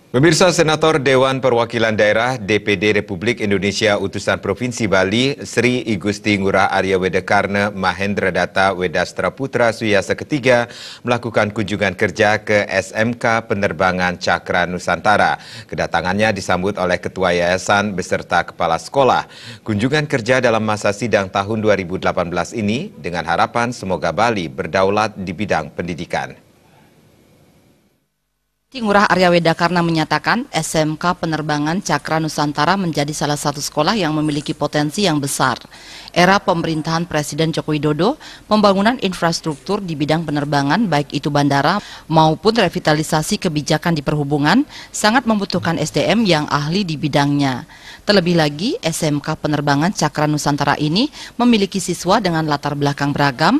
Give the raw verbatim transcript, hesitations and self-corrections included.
Pemirsa, Senator Dewan Perwakilan Daerah D P D Republik Indonesia Utusan Provinsi Bali Sri Igusti Ngurah Arya Wedakarna Mahendra Data Wedastra Putra Suyasa ketiga melakukan kunjungan kerja ke S M K Penerbangan Cakra Nusantara. Kedatangannya disambut oleh Ketua Yayasan beserta Kepala Sekolah. Kunjungan kerja dalam masa sidang tahun dua ribu delapan belas ini dengan harapan semoga Bali berdaulat di bidang pendidikan. Ngurah Arya Wedakarna menyatakan S M K Penerbangan Cakra Nusantara menjadi salah satu sekolah yang memiliki potensi yang besar. Era pemerintahan Presiden Joko Widodo, pembangunan infrastruktur di bidang penerbangan baik itu bandara maupun revitalisasi kebijakan di perhubungan sangat membutuhkan S D M yang ahli di bidangnya. Terlebih lagi, S M K Penerbangan Cakra Nusantara ini memiliki siswa dengan latar belakang beragam